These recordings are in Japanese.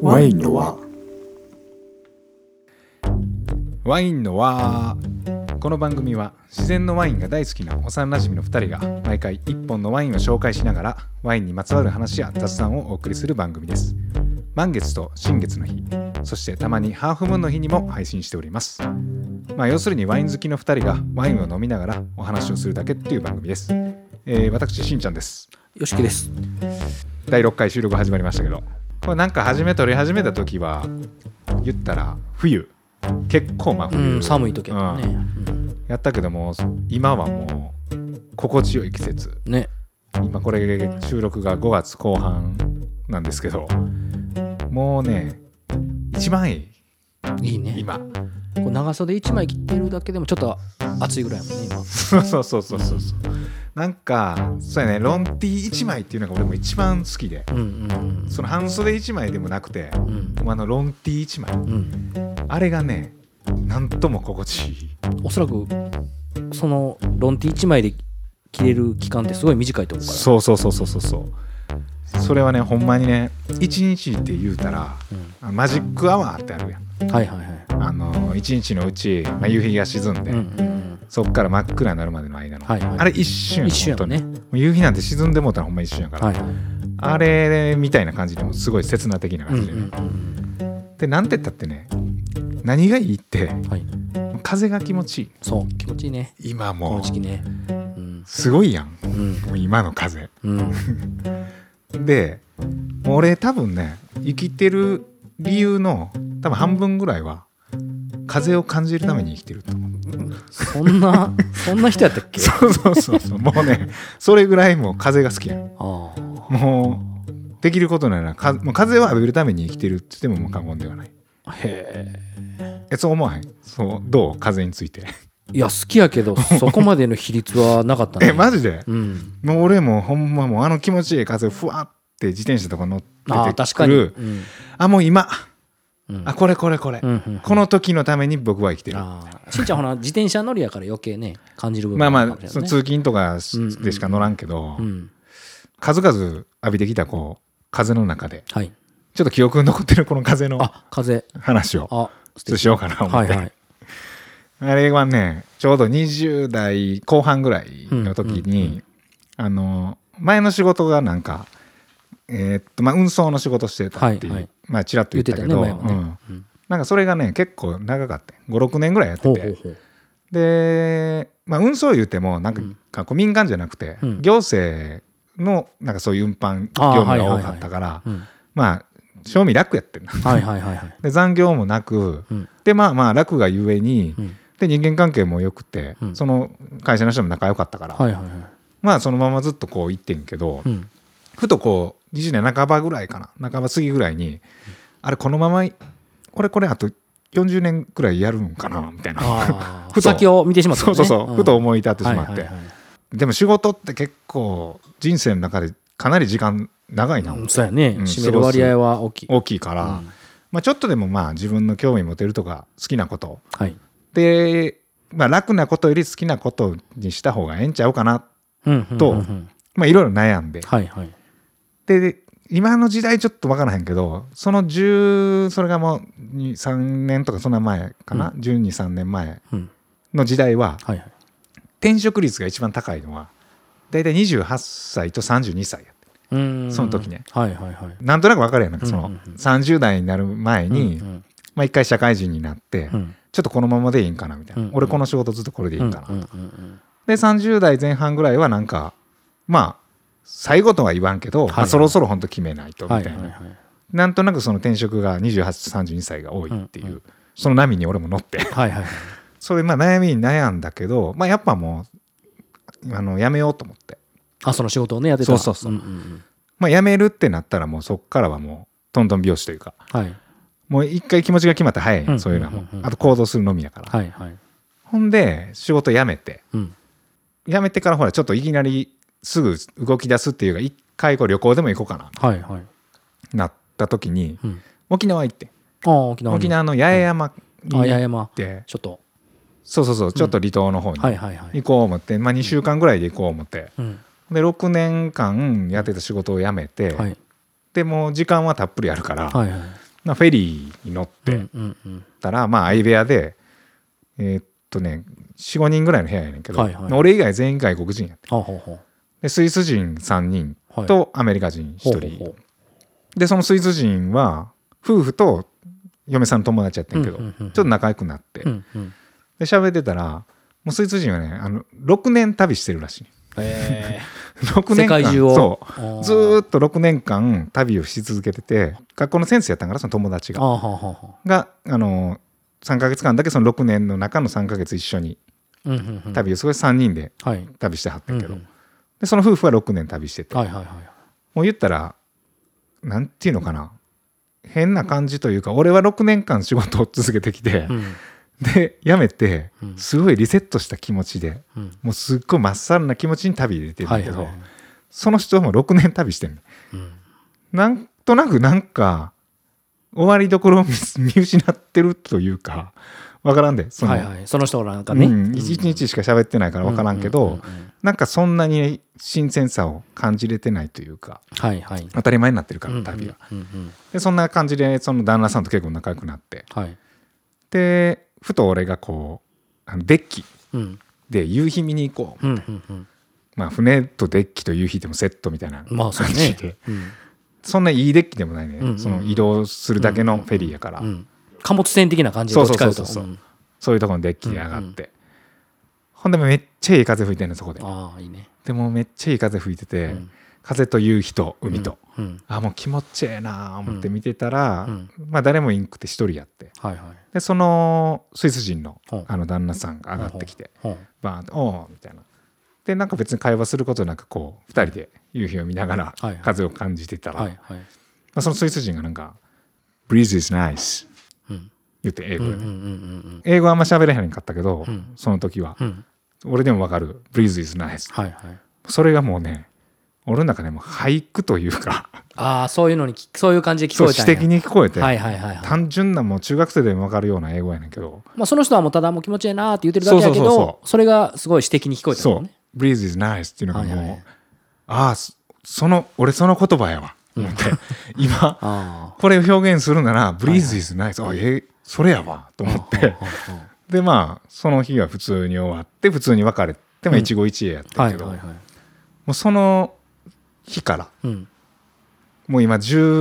ワインの輪。 ワインの輪。この番組は自然のワインが大好きな幼馴染の2人が毎回1本のワインを紹介しながらワインにまつわる話や雑談をお送りする番組です。満月と新月の日、そしてたまにハーフムーンの日にも配信しております。要するにワイン好きの2人がワインを飲みながらお話をするだけっていう番組です。私しんちゃんです。 よしきです。 第6回収録始まりましたけど、これなんか撮り始めた時は言ったら冬、結構冬、 寒い時やったね、 やったけども今はもう心地よい季節ね。 今これ収録が5月後半なんですけど、もうね一番いい。 いいね。 今こう長袖1枚着てるだけでもちょっと暑いぐらいやもんね今。 そうなんかそうやね、ロンティー1枚っていうのが俺も一番好きで、その半袖1枚でもなくて、ロンティー1枚、あれがねなんとも心地いい。 おそらくそのロンティー1枚で着れる期間ってすごい短いと思うから。 そうそれはねほんまにね、1日って言うたら、マジックアワーってあるやん。1日のうち、夕日が沈んで、そっから真っ暗になるまでの間の、あれ一瞬やね。 夕日なんて沈んでもうたらほんま一瞬やから、あれみたいな感じでもすごい刹那的な感じで、でなんて言ったってね、何がいいって、風が気持ちいい。 そう気持ちいいね今もうこの時期ね、 すごいやん、もう今の風、でもう俺多分ね生きてる理由の多分半分ぐらいは風を感じるために生きてると思う。 そんな人やったっけ？ そうもうねそれぐらいもう風が好きやん。もうできることならもう風を浴びるために生きてるって言ってももう過言ではない。 へえ。 そう思わへん？どう風について。 いや好きやけどそこまでの比率はなかったね。 マジで？もう俺もほんまもう気持ちいい風をふわって自転車とか乗ってくる。もう今、これ、この時のために僕は生きてる。 しんちゃんほら自転車乗りやから余計ね感じる部分があるかもしれないね。 通勤とかでしか乗らんけど、数々浴びてきた風の中で、ちょっと記憶に残ってるこの風の話をしようかなと思って。あれはねちょうど20代後半ぐらいの時に、前の仕事がなんか運送の仕事してたっていう、ちらっと言ったけど、なんかそれがね結構長かった。5、6年ぐらいやってて、で運送言うてもなんか民間じゃなくて、行政のなんかそういう運搬業務が多かったから、正味楽やってんな。で残業もなく、で楽がゆえに、で人間関係も良くて、その会社の人も仲良かったから、そのままずっと行ってんけど、ふと20年半ばぐらいかな、半ば過ぎぐらいに、あれこのままこれあと40年くらいやるんかなみたいな、 先を見てしまったね。 ふと思い立ってしまって、でも仕事って結構人生の中でかなり時間長いな。 そうやね、占める割合は大きいから、ちょっとでも自分の興味持てるとか好きなこと、で、楽なことより好きなことにした方がええんちゃうかなと、いろいろ悩んで、で今の時代ちょっと分からへんけど、それがもう3年とかそんな前かな、12、3年前の時代は、転職率が一番高いのはだいたい28歳と32歳やって、その時ね、なんとなく分かるやん。その30代になる前に、一回社会人になって、ちょっとこのままでいいんかなみたいな、俺この仕事ずっとこれでいいんかな、で30代前半ぐらいはなんか最後とは言わんけど、そろそろ本当決めないとみたいな、なんとなくその転職が28、32歳が多いっていう、その波に俺も乗ってそれ悩みに悩んだけど、やっぱもうやめようと思って。 その仕事をねやってた。 やめるってなったらもうそっからはもうトントン拍子というか、もう一回気持ちが決まったら早い、そういうのはもうあと行動するのみやから、ほんで仕事辞めて、辞めてからほらちょっといきなりすぐ動き出すっていうか、一回旅行でも行こうかな、なった時に、沖縄行って、沖縄の八重山に行って、ちょっとちょっと離島の方に行こう思って、2週間ぐらいで行こう思って、で6年間やってた仕事を辞めて、でもう時間はたっぷりあるから、 フェリーに乗ってたら、まあ相部屋で4,5 人ぐらいの部屋やねんけど、俺以外全員外国人やって、でスイス人3人とアメリカ人1人で、そのスイス人は夫婦と嫁さんの友達やってんけど、ちょっと仲良くなって、で喋ってたら、もうスイス人はね6年旅してるらしい。6年間世界中をそうずーっと6年間旅をし続けてて、学校の先生やったんから、その友達が3ヶ月間だけその6年の中の3ヶ月一緒に旅をすごい3人で旅してはったけど、でその夫婦は6年旅してて、もう言ったらなんていうのかな、変な感じというか、俺は6年間仕事を続けてきて、で辞めてすごいリセットした気持ちで、もうすっごいまっさらな気持ちに旅に出てるんだけど、その人も6年旅してんの、なんとなくなんか終わりどころを見失ってるというか、分からんで、その人がなんかね、 1日しか喋ってないから分からんけど、なんかそんなに新鮮さを感じれてないというか、当たり前になってるから旅が、でそんな感じでその旦那さんと結構仲良くなって、でふと俺がこうデッキで夕日見に行こうみたいな、まあ船とデッキと夕日でもセットみたいな感じで、そんないいデッキでもないね、その移動するだけのフェリーやから、 貨物船的な感じで、そういうところのデッキで上がって、ほんでめっちゃいい風吹いてんのそこで。 いいね。 でもめっちゃいい風吹いてて、風と夕日と海と、もう気持ちええな思って見てたら、まあ誰もいんくて一人やって、でそのスイス人の旦那さんが上がってきて、バーンっておーみたいな、でなんか別に会話することなくこう2人で夕日を見ながら風を感じてたら、そのスイス人がなんか「Breeze is nice」言って英語でね、英語あんま喋れへんかったけど、その時は俺でも分かる「Breeze is nice」、それがもうね俺の中でも俳句というかそういうのにそういう感じで聞こえたんや。 詩的に聞こえて、単純なもう中学生でも分かるような英語やねんけど、 その人はもうただもう気持ちいいなって言ってるだけやけど、それがすごい詩的に聞こえたもんね。 Breeze is nice っていうのがもう、俺その言葉やわ思って今これを表現するなら Breeze is nice、それやわと思ってでまあその日は普通に終わって普通に別れて、一期一会やったけど、もうその日から、もう今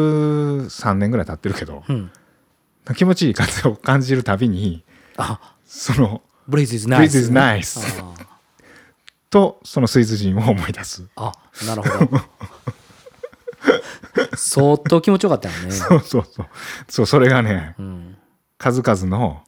13年ぐらい経ってるけど、気持ちいい風を感じるたびにその Breeze is nice とそのスイス人を思い出す。 なるほど相当気持ちよかったよね。 そうそれがね、数々の、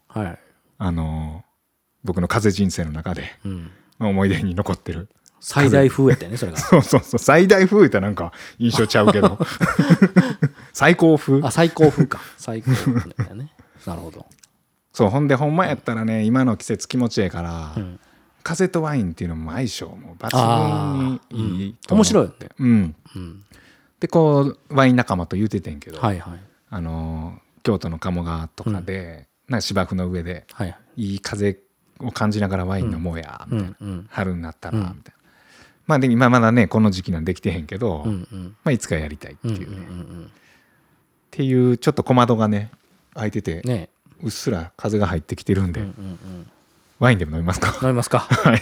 僕の風人生の中で、思い出に残ってる。 最大風やったよねそれが。 そう最大風ってなんか印象ちゃうけど最高風。 最高風か。最高風だよね。なるほど。 そうほんでほんまやったらね、今の季節気持ちいいから、風とワインっていうのも相性も抜群にいいと思って。 面白い。 でこうワイン仲間と言うててんけど、京都の鴨川とかで、なんか芝生の上で、いい風を感じながらワイン飲もうやみたいな、春になったらみたいな、まあで今まだねこの時期なんできてへんけど、いつかやりたいっていうね、っていうちょっと小窓がね開いてて、うっすら風が入ってきてるんで、ワインでも飲みますか。 飲みますか。 はい。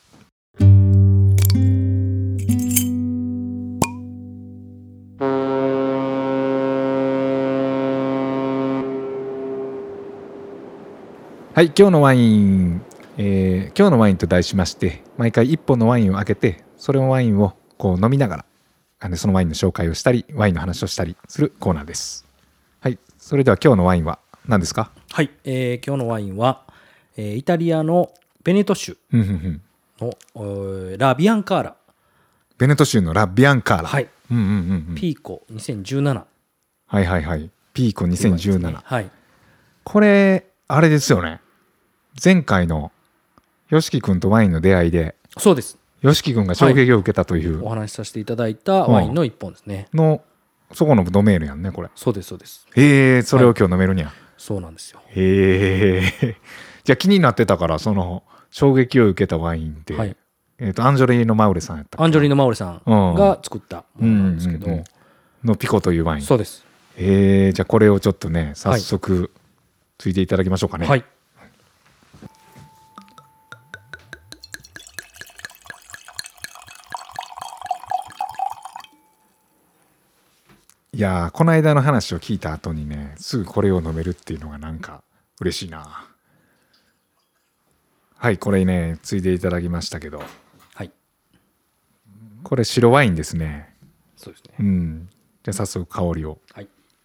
はい、今日のワイン、今日のワインと題しまして、毎回一本のワインを開けて、それのワインをこう飲みながら、そのワインの紹介をしたり、ワインの話をしたりするコーナーです。はい、それでは今日のワインは何ですか。 はい、今日のワインは、イタリアのベネト州のラ・ビアンカーラ。 ベネト州のラ・ビアンカーラ。 はい。ピーコ2017。 はいはいはい。ピーコ2017。 ね、はい。 これあれですよね。前回のYOSHIKI君とワインの出会いで、 そうです。 YOSHIKI君が衝撃を受けたという、 お話しさせていただいたワインの一本ですね。 のそこのドメールやんねこれ。 そうですそうです。 それを今日飲めるにゃ。 そうなんですよ。 じゃあ気になってたから、その衝撃を受けたワインって、アンジョリーノ・マウレさんやったっけ。 アンジョリーノ・マウレさんが作ったものなんですけど、 のピコというワイン。 そうです。 じゃあこれをちょっとね早速ついていただきましょうかね。 はい。 いやこの間の話を聞いた後にねすぐこれを飲めるっていうのがなんか嬉しいな。はい、これねついでいただきましたけど、 はい、 これ白ワインですね。 そうですね。 うん。じゃあ早速香りを。 はい。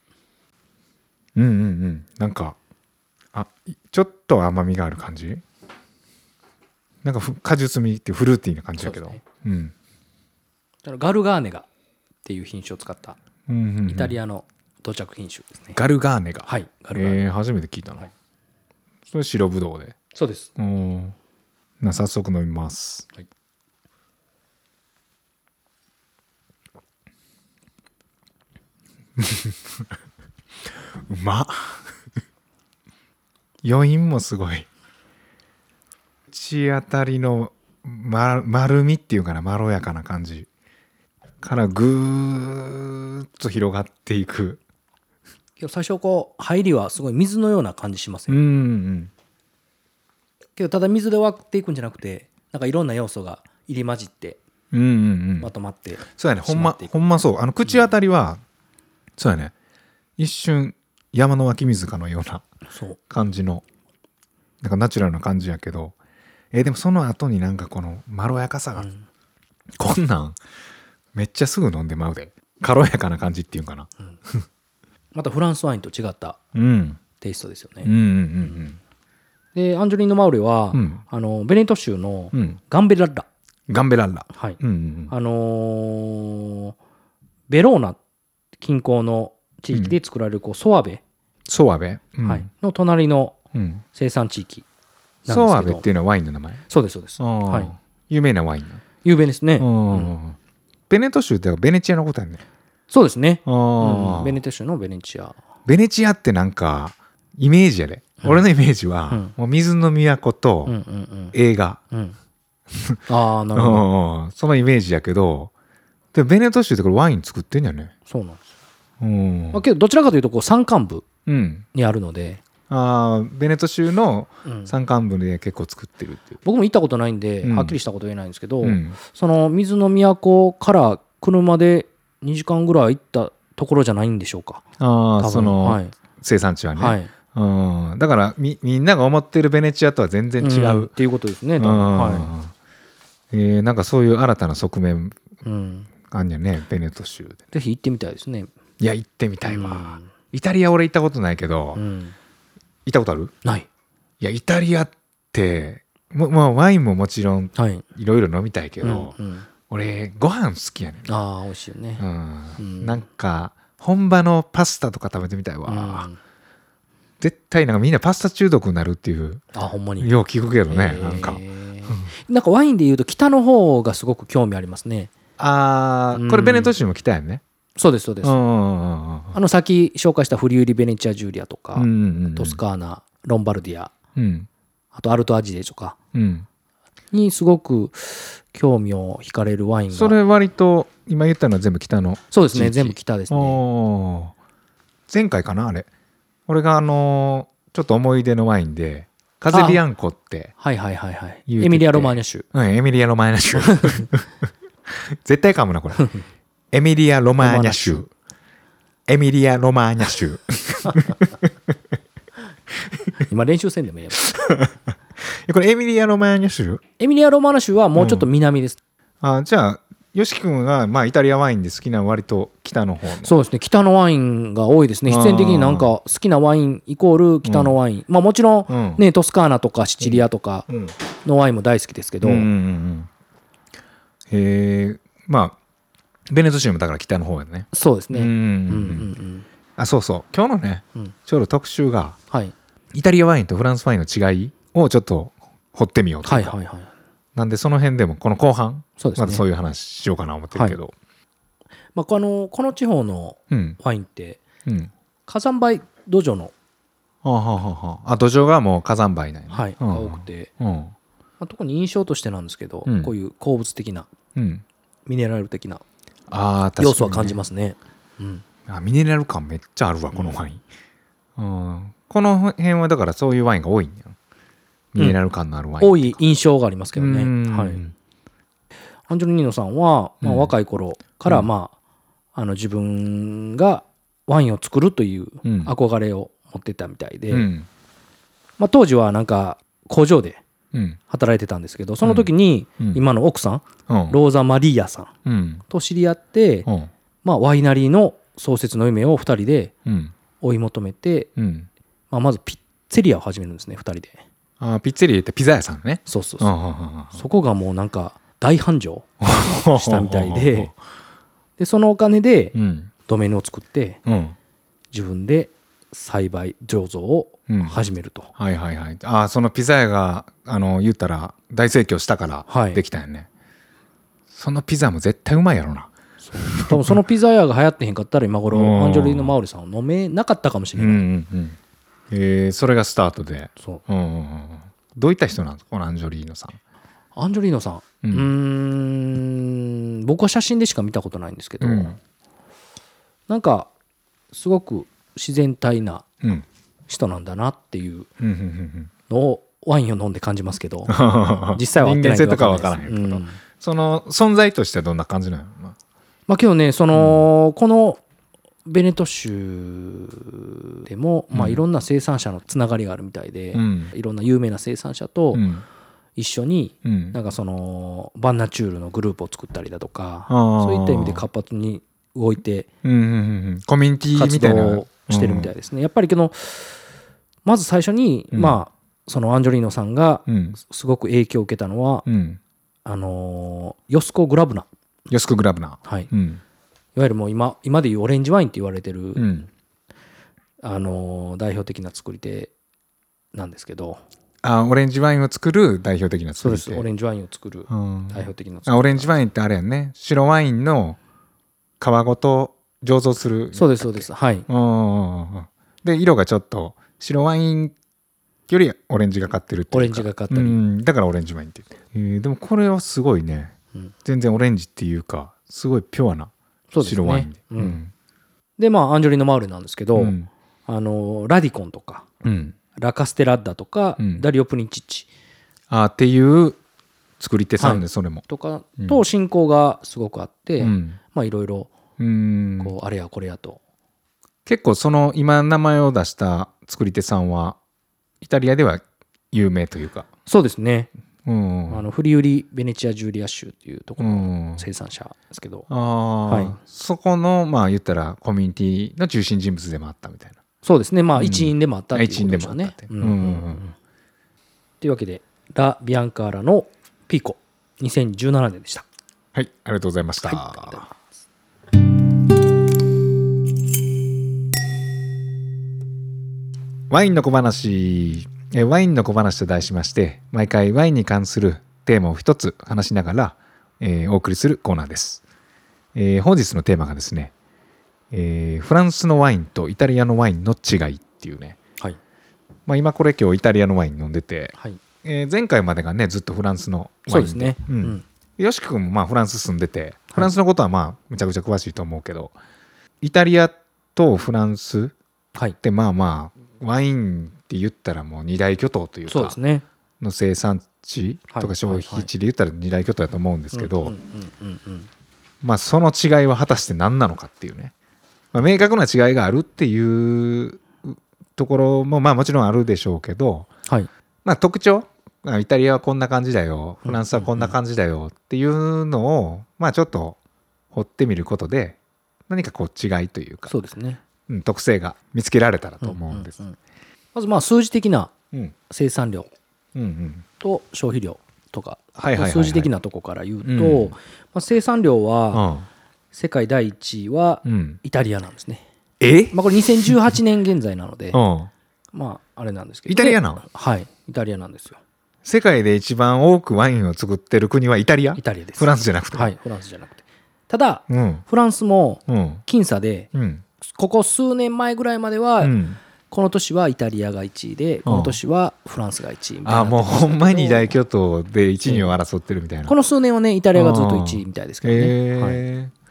なんかちょっと甘みがある感じ。なんか果実味っていうフルーティーな感じだけど。うん。 ガルガーネガっていう品種を使ったイタリアの土着品種ですね。 ガルガーネガ。 はい。ガルガーネガ。 初めて聞いたの。はい、それ白ぶどうで。 そうです。 早速飲みます。はい、うまっ。余韻もすごい。口当たりの、丸みっていうかな、まろやかな感じからぐーっと広がっていく。 最初こう入りはすごい水のような感じしますよ。けどただ水で終わっていくんじゃなくて、なんかいろんな要素が入り混じってまとまって、 そうやね。ほんまそう。口当たりは、そうやね。一瞬山の湧き水かのような感じのなんかナチュラルな感じやけど、でもその後になんかこのまろやかさが、こんなんめっちゃすぐ飲んでまうで。軽やかな感じっていうんかな。 またフランスワインと違ったテイストですよね。でアンジョリーノ・マウレは、ベネト州のガンベラッラ、はい、ベローナ近郊の地域で作られるソワベ、はい、の隣の生産地域なんですけど、 ソワベっていうのはワインの名前。 そうですそうです。はい、 有名なワイン。 有名ですね。 ベネト州ってベネチアのことやね。 そうですね。ベネト州のベネチア。 ベネチアってなんかイメージやで。俺のイメージは、もう水の都と映画。 ああ、なるほど。 そのイメージやけど、でベネト州ってこれワイン作ってんじゃね。 そうなんですよ。けどどちらかというとこう山間部にあるので、 ベネト州の山間部で結構作ってるっていう。 僕も行ったことないんではっきりしたこと言えないんですけど、その水の都から車で2時間ぐらい行ったところじゃないんでしょうか。 その生産地はね。だからみんなが思ってるベネチアとは全然違う、 っていうことですね。 なんかそういう新たな側面あんやね、ベネト州で。 ぜひ行ってみたいですね。 いや行ってみたいわ。イタリア俺行ったことないけど、行ったことある？ ない。 いやイタリアってワインももちろんいろいろ飲みたいけど、俺ご飯好きやねん。 美味しいよね。 なんか本場のパスタとか食べてみたいわ。絶対なんかみんなパスタ中毒になるっていう。 ほんまに。 よう聞くけどね。 なんかワインでいうと北の方がすごく興味ありますね。 これベネト州も北やね。 そうですそうです。さっき紹介したフリウリ・ベネチア・ジュリアとか、トスカーナ、ロンバルディア、あとアルト・アジレとかにすごく興味を惹かれるワインが。 それ割と今言ったのは全部北の。 そうですね、全部北ですね。 前回かなあれ。俺がちょっと思い出のワインでカゼビアンコって。エミリア・ロマーニャ州。 エミリア・ロマーニャ州。絶対噛むなこれ。エミリア・ロマーニャ州。エミリア・ロマーニャ州。 今練習せんでもいいやこれエミリア・ロマーニャ州？ エミリア・ロマーニャ州はもうちょっと南です。 じゃあよしき君がイタリアワインで好きな割と北の方の。 そうですね、北のワインが多いですね。必然的になんか好きなワインイコール北のワイン。もちろんね、トスカーナとかシチリアとかのワインも大好きですけど。 ベネト州もだから北の方やね。 そうですね。 そうそう。今日のね、ちょうど特集が、イタリアワインとフランスワインの違いをちょっと掘ってみようと。なんでその辺でもこの後半、またそういう話しようかな思ってるけど。 この地方のワインって、火山灰土壌の。 土壌がもう火山灰なんやね。 が多くて。特に印象としてなんですけど、こういう鉱物的な、ミネラル的な要素は感じますね。 ミネラル感めっちゃあるわこのワイン、この辺はだからそういうワインが多いんや。ミネラル感のあるワイン、 多い印象がありますけどね。はい、アンジョリーノさんは、若い頃から、自分がワインを作るという憧れを持ってたみたいで、当時はなんか工場で働いてたんですけど、その時に今の奥さん、ローザ・マリーヤさんと知り合って、ワイナリーの創設の夢を2人で追い求めて、まずピッツェリアを始めるんですね、2人で。 ピッツェリアってピザ屋さんね。 そうそこがもうなんか大繁盛したみたいで、そのお金でドメインを作って、自分で栽培醸造を始めると。 そのピザ屋が言ったら大盛況したからできたよね。そのピザも絶対うまいやろな。 多分そのピザ屋が流行ってへんかったら今頃アンジョリーノ・マウリさんを飲めなかったかもしれない。 それがスタートで。どういった人なんですか、このアンジョリーノさん。 アンジョリーノさん、僕は写真でしか見たことないんですけど、なんかすごく自然体な人なんだなっていうのをワインを飲んで感じますけど、実際は会ってないとか分からへんけど、その存在としてはどんな感じなの。 けどね、このベネト州でも、いろんな生産者のつながりがあるみたいで、いろんな有名な生産者と一緒に、なんかバンナチュールのグループを作ったりだとか、そういった意味で活発に動いて、 コミュニティみたいな活動をしてるみたいですね。やっぱりまず最初に、そのアンジョリーノさんがすごく影響を受けたのは、ヨスコ・グラブナ。はい。いわゆるもう今でいうオレンジワインって言われてる、代表的な作り手なんですけど。 オレンジワインを作る代表的な作り手。 そうです。オレンジワインを作る代表的な作り手。 オレンジワインってあれやんね。白ワインの皮ごと醸造する。 そうです。はい。 で色がちょっと白ワインよりオレンジがかってるっていうか。 オレンジがかったり。 だからオレンジワインって言って。でもこれはすごいね。全然オレンジっていうかすごいピュアな白ワインで。でアンジョリーノ・マウレなんですけど、ラディコンとか、ラカステラッダとか、ダリオ・プニチッチっていう作り手さんで、それもとかと親交がすごくあって、いろいろあれやこれやと。 結構その今名前を出した作り手さんはイタリアでは有名というか。 そうですね。フリウリ・ベネチア・ジュリア州っていうところの生産者ですけど、 そこの言ったらコミュニティの中心人物でもあったみたいな。 そうですね。一員でもあったっていうことでしょうね。というわけでラ・ビアンカーラのピーコ2017年でした。 はい、ありがとうございました。ワインの小話。ワインの小話と題しまして、毎回ワインに関するテーマを一つ話しながら、お送りするコーナーです。本日のテーマがですね、フランスのワインとイタリアのワインの違いっていうね。今これ今日イタリアのワイン飲んでて、前回までがねずっとフランスのワインで。そうですね。よしくんもフランス住んでて、フランスのことはめちゃくちゃ詳しいと思うけど、イタリアとフランスってワインって言ったらもう二大巨頭というかの生産地とか消費地で言ったら二大巨頭だと思うんですけど、その違いは果たして何なのかっていうね、明確な違いがあるっていうところももちろんあるでしょうけど、特徴、イタリアはこんな感じだよ、フランスはこんな感じだよっていうのをちょっと掘ってみることで何か違いというか、 そうですね、 特性が見つけられたらと思うんです。 まず数字的な生産量と消費量とか数字的なとこから言うと、生産量は世界第1位はイタリアなんですね。これ2018年現在なのであれなんですけど、 イタリアなの？ はい、イタリアなんですよ。 世界で一番多くワインを作ってる国はイタリア？ イタリアです。 フランスじゃなくて。 はい、フランスじゃなくて。ただフランスも僅差で、ここ数年前ぐらいまではこの年はイタリアが1位で、この年はフランスが1位みたいな。 もうほんまに大巨頭で1、2を争ってるみたいな。 この数年はねイタリアがずっと1位みたいですけどね。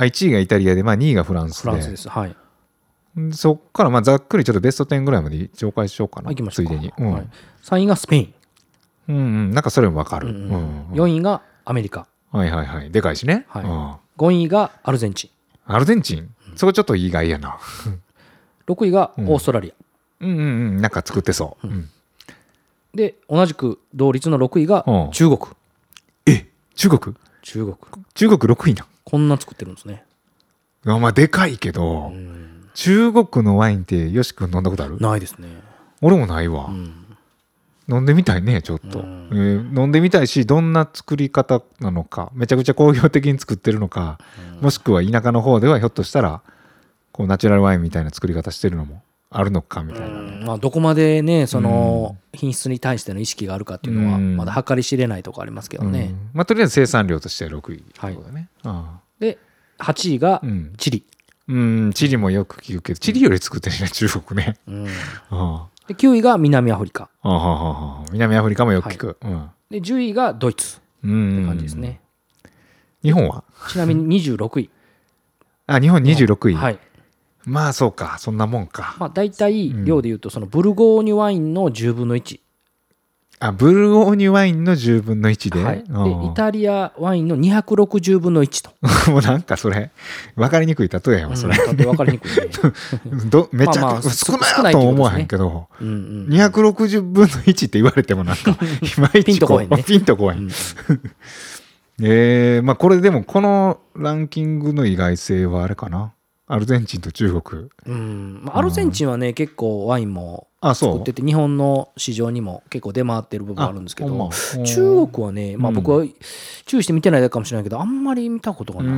1位がイタリアで、まあ、2位がフランスで。 フランスです。はい。 そっからまあざっくりちょっとベスト10ぐらいまで紹介しようかな。ついでに。 はい、3位がスペイン。 うんうん、なんかそれもわかる。 4位がアメリカ。 はいはいはい。でかいしね。 はい、5位がアルゼンチン。 アルゼンチン、そこちょっと意外やな。 6位がオーストラリア。なんか作ってそう。 で、同じく同率の6位が中国。 中国6位な。 こんな作ってるんですね。 まあでかいけど、中国のワインってよし君飲んだことある？ ないですね。 俺もないわ。飲んでみたいね、ちょっと。飲んでみたいし、どんな作り方なのか、めちゃくちゃ工業的に作ってるのか、もしくは田舎の方ではひょっとしたらこうナチュラルワインみたいな作り方してるのもあるのかみたいな、ね。 まあ、どこまでね、その品質に対しての意識があるかっていうのはまだ計り知れないところありますけどね。 まあ、とりあえず生産量としては6位ってことだね。 で8位がチリ。 チリもよく聞くけど、チリより作ってるね、中国ね。 で9位が南アフリカ。 南アフリカもよく聞く。 で10位がドイツって感じですね。 日本はちなみに26位。 日本26位。 はい。 まあそうか、そんなもんか。 まあ大体量でいうとそのブルゴーニュワインの10分の1。 ブルゴーニュワインの10分の1で、 はい、でイタリアワインの260分の1 と。もうなんかそれ分かりにくい例えやわ、それ。 分かりにくいね。 めっちゃ少ないと思わへんけど、260分の1って言われてもなんかいまいちピンとこへん。まあこれでもこのランキングの意外性はあれかな。アルゼンチンと中国。 アルゼンチンはね結構ワインも作ってて日本の市場にも結構出回ってる部分あるんですけど、中国はね、まあ僕は注意して見てないだけかもしれないけどあんまり見たことがない。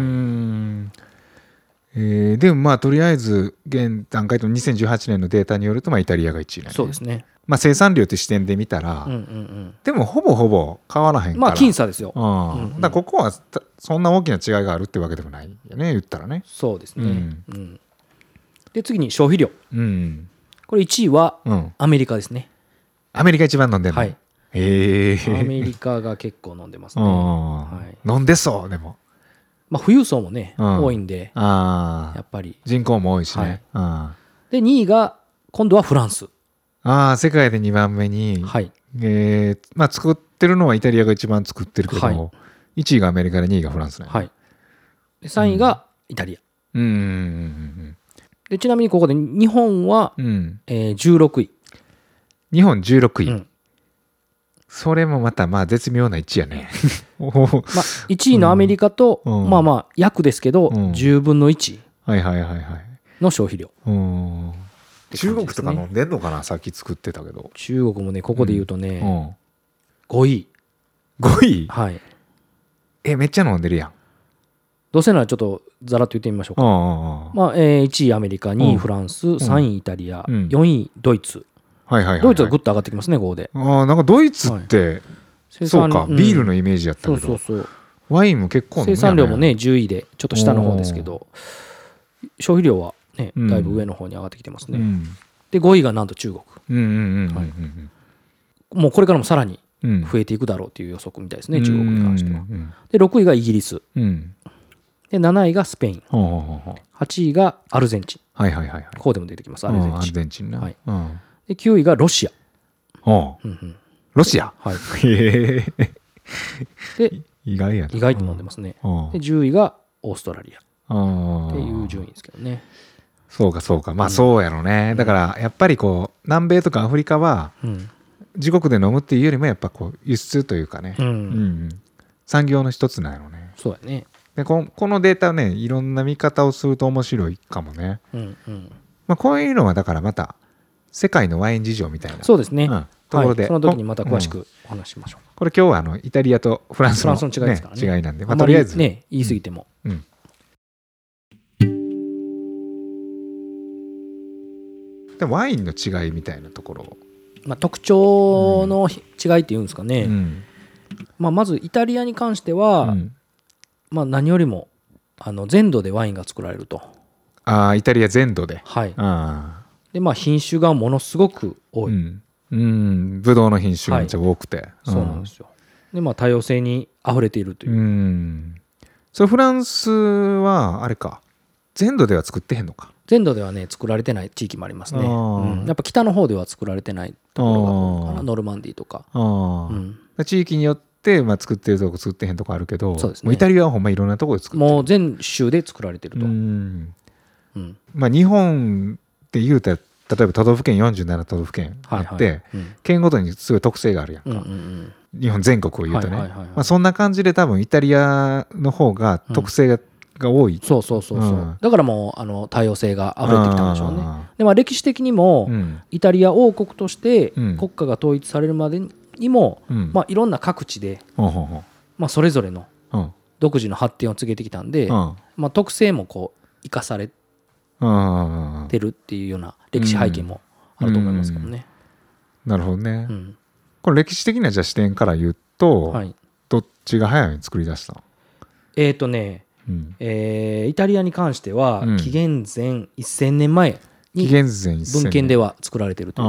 でもまあとりあえず現段階の2018年のデータによるとまあイタリアが1位なんで、 そうですね。 まあ生産量って視点で見たら、でもほぼほぼ変わらへんから、 まあ僅差ですよ。 だここはそんな大きな違いがあるってわけでもないよね、言ったらね。 そうですね。で次に消費量。これ1位はアメリカですね。 アメリカ一番飲んでるの。はい。 アメリカが結構飲んでますね。 飲んでそうでも。 まあ富裕層もね多いんで、やっぱり人口も多いしね。 で2位が今度はフランス。 世界で2番目に、まあ作ってるのはイタリアが一番作ってるけど、1位がアメリカで2位がフランスね。 で3位がイタリア。でちなみにここで日本は16位。 日本16位。それもまたまあ絶妙な1位やね。 まあ1位のアメリカとまあまあ約ですけど10分の1の消費量。 中国とか飲んでんのかな、さっき作ってたけど。 中国もねここで言うとね5位。 5位？ はい。 めっちゃ飲んでるやん。 どうせならちょっとざらっと言ってみましょうか。まあ1位アメリカ、2位フランス、3位イタリア、4位ドイツ。ドイツはぐっと上がってきますね、ここで。 なんかドイツってそうか、ビールのイメージやったけど、ワインも結構飲むよね。 生産量もね10位でちょっと下の方ですけど、消費量はねだいぶ上の方に上がってきてますね。で5位がなんと中国。もうこれからもさらに増えていくだろうという予測みたいですね、中国に関しては。で6位がイギリス。で7位がスペイン。8位がアルゼンチン。こうでも出てきます、アルゼンチン。で9位がロシア。 ロシア。 で意外やな。 意外と飲んでますね。で10位がオーストラリアっていう順位ですけどね。 そうかそうか、まあそうやろね。だからやっぱりこう南米とかアフリカは自国で飲むっていうよりもやっぱこう輸出というかね、産業の一つなんやろね。 そうやね。 でこのデータね、いろんな見方をすると面白いかもね。まあこういうのはだからまた世界のワイン事情みたいな、 そうですね、 ところで、 その時にまた詳しくお話しましょう。 これ今日はイタリアとフランスの違いですからね。違いなんで、 とりあえずね言い過ぎても。 でもワインの違いみたいなところ、 まあ特徴の違いっていうんですかね。まあまずイタリアに関しては、まあ何よりも全土でワインが作られると。 イタリア全土で。 はい。でまあ品種がものすごく多い。 ブドウの品種がめっちゃ多くて。 そうなんですよ。でまあ多様性にあふれているという。 それフランスはあれか、全土では作ってへんのか。 全土ではね作られてない地域もありますね、やっぱ北の方では作られてないところが多いかな、ノルマンディーとか。 地域によって作ってるとこ作ってへんとこあるけど、そうですね、もうイタリアはほんまいろんなところで作ってる。 もう全州で作られてると。 日本って言うたら例えば都道府県47都道府県あって、県ごとにすごい特性があるやんか、日本全国を言うとね、そんな感じで多分イタリアの方が特性が多い。 そう、だからもう多様性が溢れてきたんでしょうね。で、歴史的にも、イタリア王国として国家が統一されるまでにも、いろんな各地で、それぞれの独自の発展を告げてきたんで、特性もこう生かされてるっていうような歴史背景もあると思いますけどね。 なるほどね。これ歴史的なじゃあ視点から言うと、どっちが早いに作り出したの？ イタリアに関しては紀元前1000年前に文献では作られているという。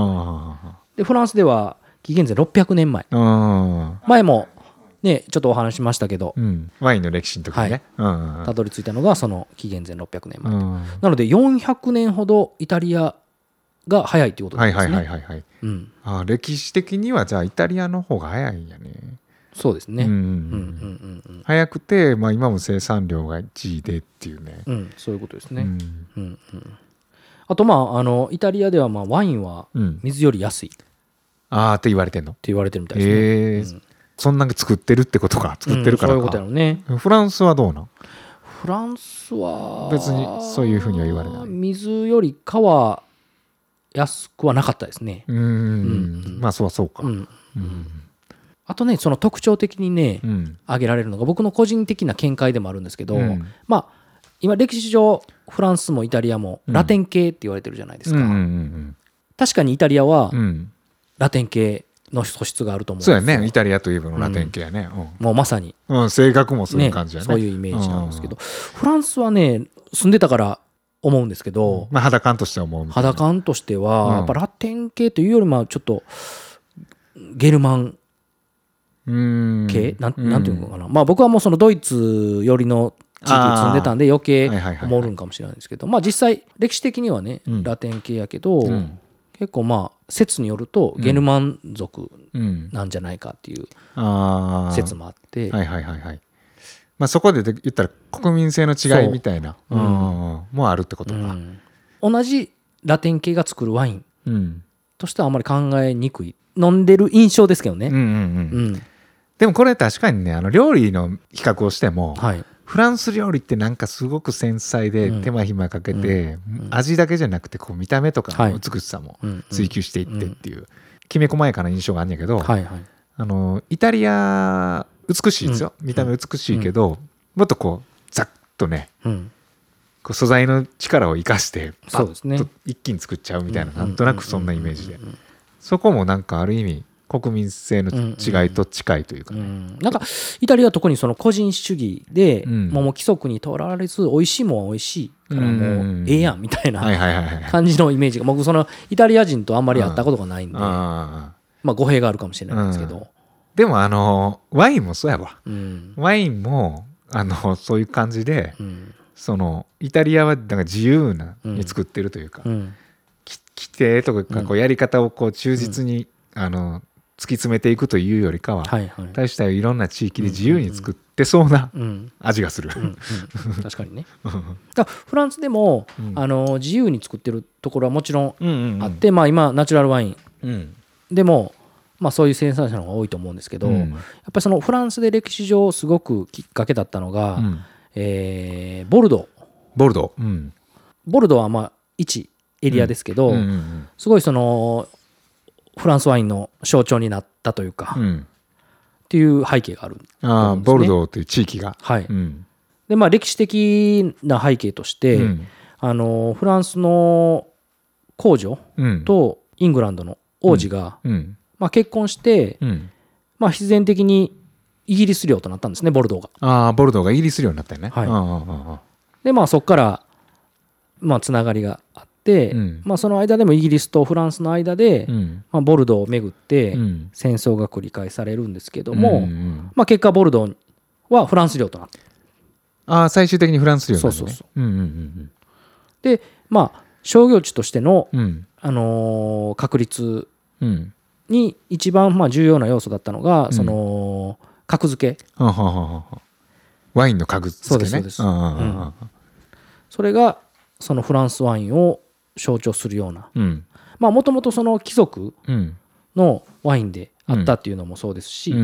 でフランスでは紀元前600年前。前もねちょっとお話しましたけど、 ワインの歴史の時にねたどり着いたのがその紀元前600年前と。なので400年ほどイタリアが早いということですね。 歴史的にはじゃあイタリアの方が早いんやね。 そうですね。 早くて、今も生産量が1位でっていうね、 そういうことですね。あとイタリアではワインは水より安い、 って言われてんの？って言われてるみたいですね。 そんなに作ってるってことか、作ってるからか。 そういうことやろね。 フランスはどうなん？ フランスは別にそういうふうには言われない。 水よりかは安くはなかったですね。 そうか。 あとねその特徴的にね、挙げられるのが僕の個人的な見解でもあるんですけど、今歴史上フランスもイタリアもラテン系って言われてるじゃないですか。確かにイタリアはラテン系の素質があると思うんですよ。 そうやね、イタリアといえばのラテン系やね。 もうまさに、 性格もそういう感じやね。 そういうイメージなんですけど、フランスはね住んでたから思うんですけど、 肌感としては思う。 肌感としてはやっぱラテン系というよりもちょっとゲルマン系なんていうのかな。僕はもうそのドイツ寄りの地域に住んでたんで余計思うんかもしれないですけど、実際歴史的にはねラテン系やけど、結構説によるとゲルマン族なんじゃないかっていう説もあって、 そこで言ったら国民性の違いみたいなもあるってことか。 同じラテン系が作るワインとしてはあまり考えにくい飲んでる印象ですけどね。 でもこれ確かにね料理の比較をしても、フランス料理ってなんかすごく繊細で手間暇かけて、味だけじゃなくてこう見た目とかの美しさも追求していってっていうきめ細やかな印象があるんやけど、イタリア美しいですよ、見た目美しいけど、もっとこうざっとね、こう素材の力を生かしてパッと一気に作っちゃうみたいな、なんとなくそんなイメージで、そこもなんかある意味国民性の違いと近いというかね、 なんかイタリアは特にその個人主義で、もう規則にとらわれず美味しいもんは美味しいからもうええやんみたいな感じのイメージが、僕そのイタリア人とあんまり会ったことがないんで、語弊があるかもしれないんですけど、 でもワインもそうやわ、ワインもそういう感じで、そのイタリアはなんか自由なに作ってるというか、規定とかこうやり方をこう忠実に突き詰めていくというよりかは、大したいろんな地域で自由に作ってそうな味がする。 確かにね。だフランスでも、自由に作ってるところはもちろんあって、今ナチュラルワインでも、そういう生産者の方が多いと思うんですけど、やっぱりそのフランスで歴史上すごくきっかけだったのが、ボルドーは一エリアですけど、すごいそのフランスワインの象徴になったというか、っていう背景がある、 ボルドーという地域が。 で歴史的な背景として、フランスの公女とイングランドの王子が、結婚して、必然的にイギリス領となったんですね、ボルドーが。 ボルドーがイギリス領になったよね。 でそこからつながりがあって、その間でもイギリスとフランスの間で、ボルドーをめぐって戦争が繰り返されるんですけども、結果ボルドーはフランス領となって、 最終的にフランス領なんですね。 で商業地としての、確立に一番重要な要素だったのが、その格付け、 ワインの格付けね。 そうです。それがそのフランスワインを象徴するような、もともとその貴族のワインであったっていうのもそうですし、そ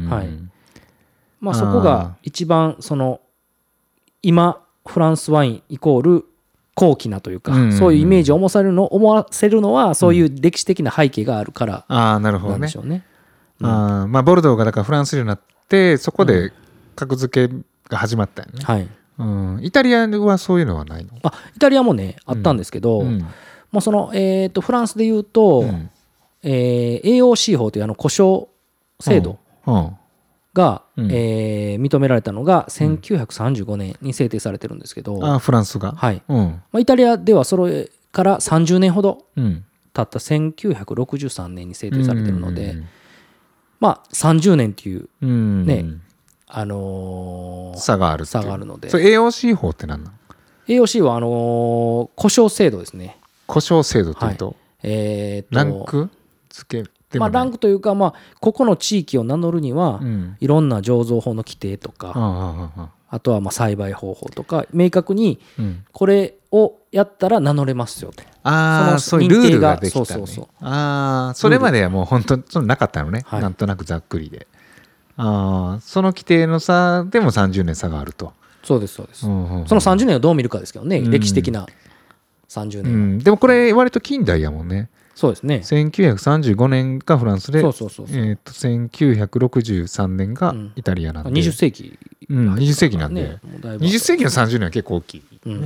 こが一番その今フランスワインイコール高貴なというか、そういうイメージを思わせるのはそういう歴史的な背景があるからなんでしょうね。 ボルドーがだからフランス領になってそこで格付けが始まったよね。イタリアはそういうのはないの？ イタリアもねあったんですけど、そのフランスでいうと、AOC 法という故障制度が認められたのが1935年に制定されてるんですけど、 フランスが、 イタリアではそれから30年ほど経った1963年に制定されてるので、30年っていうね、 差があるので。 それ AOC 法って何なの？ AOC は故障制度ですね。 故障制度というと、ランク付けランクというか、ここの地域を名乗るには、いろんな醸造法の規定とか、あとは栽培方法とか明確にこれをやったら名乗れますよと、 そういうルールができたね。それまではもう本当そのなかったのね、なんとなくざっくりで。その規定の差でも30年差があると。 そうです。その30年をどう見るかですけどね、歴史的な30年、 でもこれ割と近代やもんね。 そうですね。 1935年がフランスで、1963年がイタリアなんで、 20世紀、 20世紀なんで、20世紀の30年は結構大きい、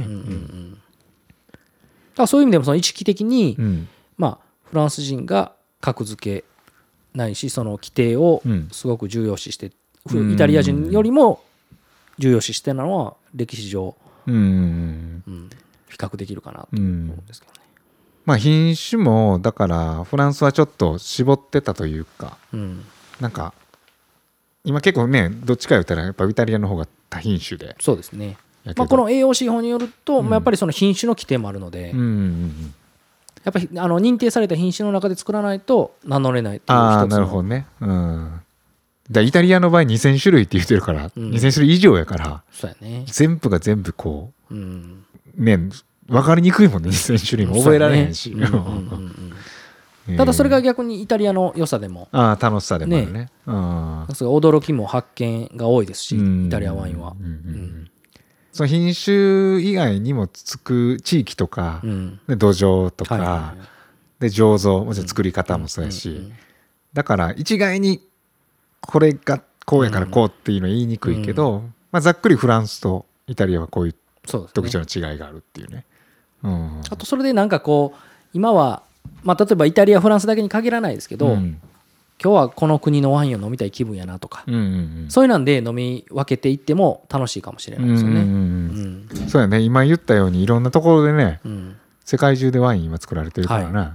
そういう意味でもその意識的に、フランス人が格付けないしその規定をすごく重要視して、イタリア人よりも重要視してたのは歴史上、比較できるかなと思うんですけどね。 品種もだからフランスはちょっと絞ってたというか、なんか今結構ねどっちか言ったらやっぱイタリアの方が多品種で、 そうですね。この AOC 法によると、やっぱりその品種の規定もあるので、やっぱり認定された品種の中で作らないと名乗れないっていう一つの。 なるほどね。イタリアの場合2000種類って言ってるから、2000種類以上やから、 そうやね、 全部が全部こう、分かりにくいもんね。2000種類も覚えられへんし、 ただそれが逆にイタリアの良さでも楽しさでもあるね。 驚きも発見が多いですし、イタリアワインはその品種以外にもつく地域とか、土壌とか、で醸造もちろん作り方もそうやし、だから一概にこれがこうやからこうっていうのは言いにくいけど、ざっくりフランスとイタリアはこういう特徴の違いがあるっていうね。 あとそれでなんかこう今は、例えばイタリアフランスだけに限らないですけど、今日はこの国のワインを飲みたい気分やなとか、そういうなんで飲み分けていっても楽しいかもしれないですよね。 そうやね。今言ったようにいろんなところでね、世界中でワイン今作られてるからな。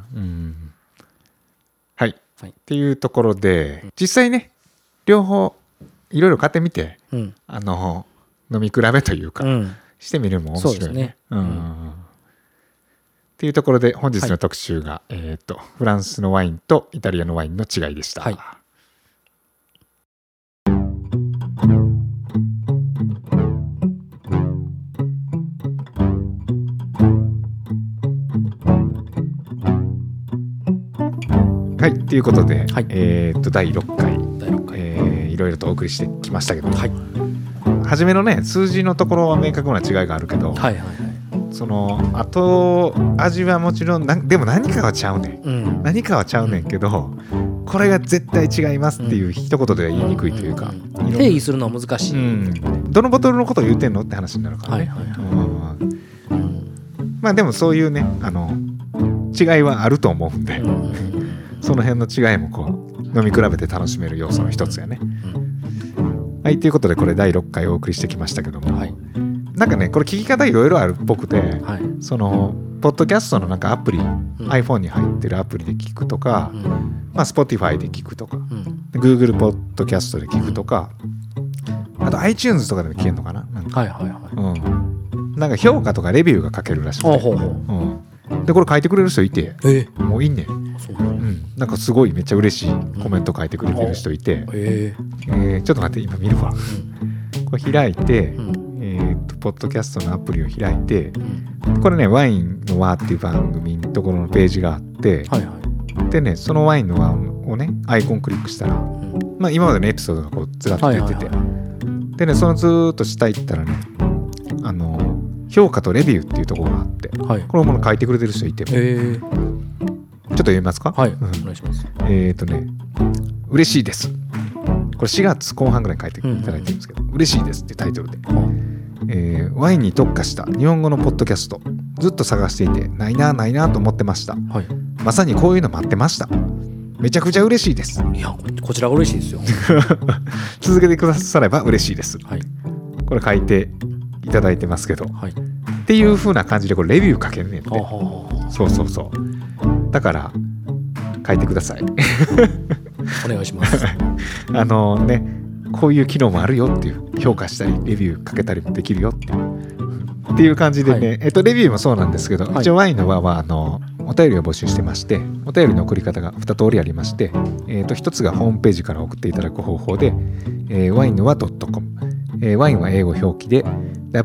はい、っていうところで、実際ね両方いろいろ買ってみて、飲み比べというか、してみるのも面白いね。っていうところで本日の特集が、フランスのワインとイタリアのワインの違いでした。ということで、第6回、いろいろとお送りしてきましたけど、初めのね数字のところは明確な違いがあるけど、その後味はもちろんでも何かはちゃうねん、何かはちゃうねんけど、これが絶対違いますっていう一言では言いにくいというか、 定義するのは難しい、 どのボトルのことを言うてんのって話になるからね。でもそういうね違いはあると思うんで、その辺の違いもこう飲み比べて楽しめる要素の一つやね。ということでこれ第6回お送りしてきましたけども、なんかねこれ聞き方いろいろあるっぽくて、そのポッドキャストのなんかアプリ、iPhone に入ってるアプリで聞くとか、Spotify で聞くとか、Google ポッドキャストで聞くとか、 あと iTunes とかでも聞けるのかな。なんか評価とかレビューが書けるらしくて、でこれ書いてくれる人いて、もういいね。なんかすごいめっちゃ嬉しいコメント書いてくれてる人いて、ちょっと待って今見るわ。これ開いて、ポッドキャストのアプリを開いて、これねワインの輪っていう番組のところのページがあって、でねそのワインの輪をねアイコンクリックしたら、まあ今までのエピソードがこうずらっと出てて、でねそのずーっと下行ったらね評価とレビューっていうところがあって、これも書いてくれてる人いて、ちょっと読みますか。 お願いします。 嬉しいです。これ4月後半ぐらいに書いていただいてるんですけど、嬉しいですってタイトルで、ワインに特化した日本語のポッドキャストずっと探していてないなと思ってました、まさにこういうの待ってました。めちゃくちゃ嬉しいです。 いやこちらが嬉しいですよ続けてくだされば嬉しいです、これ書いていただいてますけど、っていう風な感じでこれレビュー書けるねんて。そうだから書いてくださいお願いしますこういう機能もあるよっていう評価したりレビューかけたりもできるよっていう感じでね、レビューもそうなんですけど、一応ワインの輪はお便りを募集してまして、お便りの送り方が2通りありまして、1つがホームページから送っていただく方法で、ワインの輪 .com、ワインは英語表記で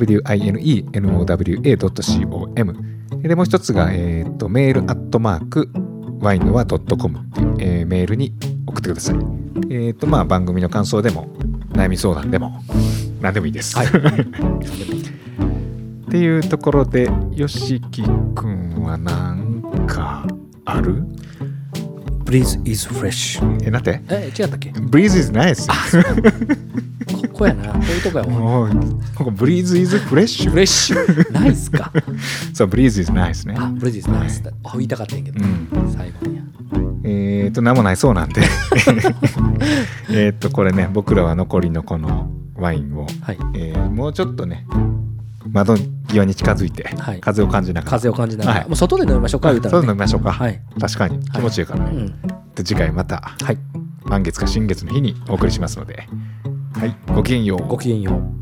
winenowa.com でもう一つが、メールワインの輪 .com っていう、メールに送ってください。番組の感想でも悩み相談でも何でもいいです、っていうところでよしきくんはなんかある？ Breeze is fresh。 なんて？ 違ったっけ？ Breeze is nice。 ここやな、こういうとこやわ。 ここ Breeze is fresh。 フレッシュナイスか。 そう Breeze is nice ね。 Breeze is nice、言いたかったんやけど、最後に何もないそうなんでこれね僕らは残りのこのワインを、もうちょっとね窓際に近づいて、風を感じながらもう外で飲みましょうか。 外で飲みましょうか、確かに気持ちいいからね、で次回また、満月か新月の日にお送りしますので、ごきげんよう。